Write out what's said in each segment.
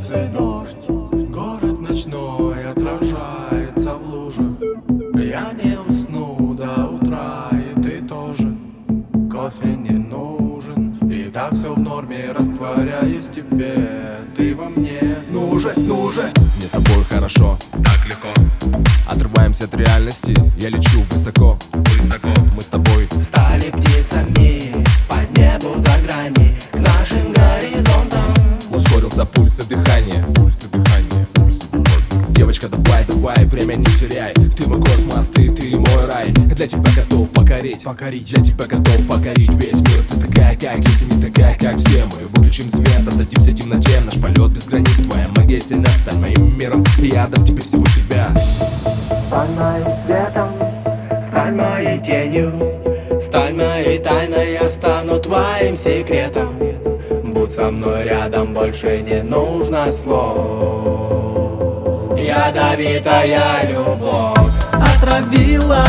улице дождь, город ночной отражается в луже. Я не усну до утра, и ты тоже. Кофе не нужен, и так все в норме. Растворяюсь в тебе, ты во мне. Ну уже. Мне с тобой хорошо, Так легко, отрываемся от реальности. Я лечу высоко, мы с тобой. стали птицами по небу за грани к нашим горизонтам. Ускорился пульс и дыхание. Девочка, давай, время не теряй. Ты мой космос, ты мой рай. Для тебя готов покорить. Для тебя готов покорить весь мир. Ты такая, как, если не такая, как все мы. Выключим свет, отдадимся темноте. Наш полет без границ, твоя магия сильна. Стань моим миром, и я отдам тебе всего себя. Стань моим светом, стань моей тенью, стань моей тайной, я стану твоим секретом. Будь со мной рядом, больше не нужно слов. Ядовитая любовь отравила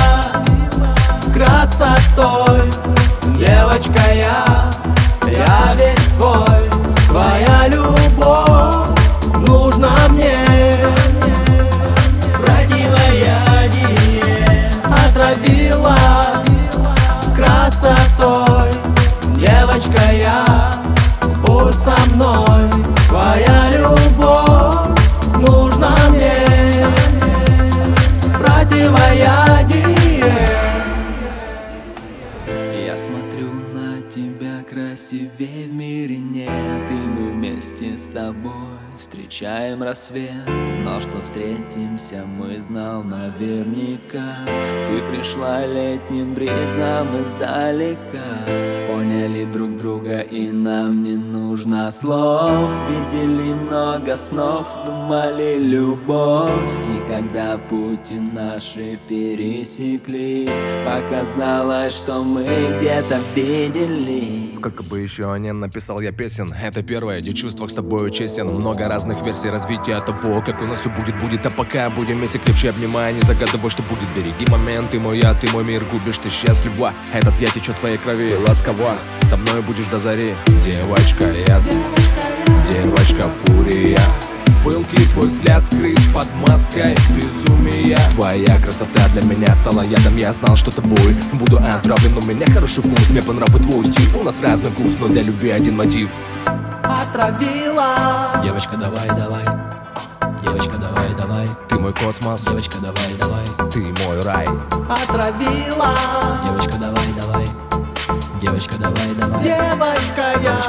красотой. Девочка, я весь твой. Твоя любовь нужна мне. Противоядие отравила красотой. Девочка, я будь со мной. Твоя любовь нужна мне. Противоядие. Я смотрю на тебя, красивей в мире нет. И мы вместе с тобой встречаем рассвет. Знал, что встретимся, мы знал наверняка. Ты пришла летним бризом издалека. Поняли друг друга, и нам не нужно слов. Видели много снов, думали любовь. И когда пути наши пересеклись, показалось, что мы где-то виделись. Сколько бы еще не написал я песен, это первое, где в чувствах с тобой честен. Много разных версий развития того, как у нас все будет. А пока будем вместе крепче обнимая, не загадывай, что будет. Береги момент, ты мой я, ты мой мир, губишь, ты счастлива. Этот я течет в твоей крови, ласково. Со мной будешь до зари, девочка, девочка фурия. Пылкий твой взгляд скрыт под маской безумия. Твоя красота для меня стала ядом. Я знал, что тобой буду отравлен. У меня хороший вкус, мне по нраву твой стиль. У нас разный вкус, но для любви один мотив. Отравила. Девочка, давай. Девочка, давай. Ты мой космос, Девочка, давай. ты мой рай. Отравила. Девочка, давай. Девочка, давай. Девочка, я